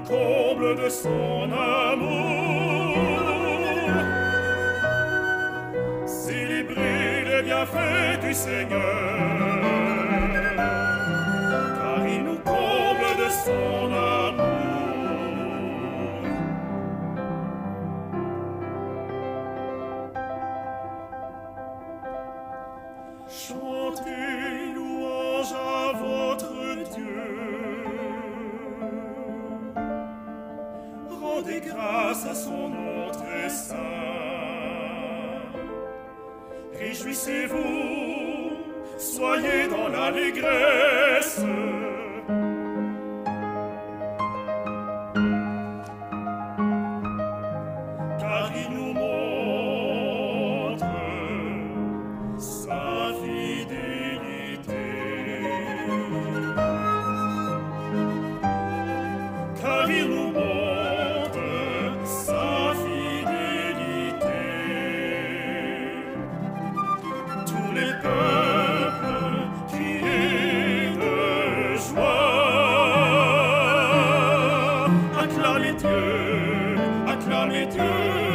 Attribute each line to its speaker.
Speaker 1: comble de son amour. Célébrez les bienfaits du Seigneur, car il nous comble de son amour. Chantez louange à votre Dieu. Rendez grâce à son nom très saint. Réjouissez-vous, soyez dans l'allégresse. Car il nous montre sa fidélité. Car il nous montre sa fidélité. Tous les peuples criez de joie. Acclamez Dieu, acclamez Dieu.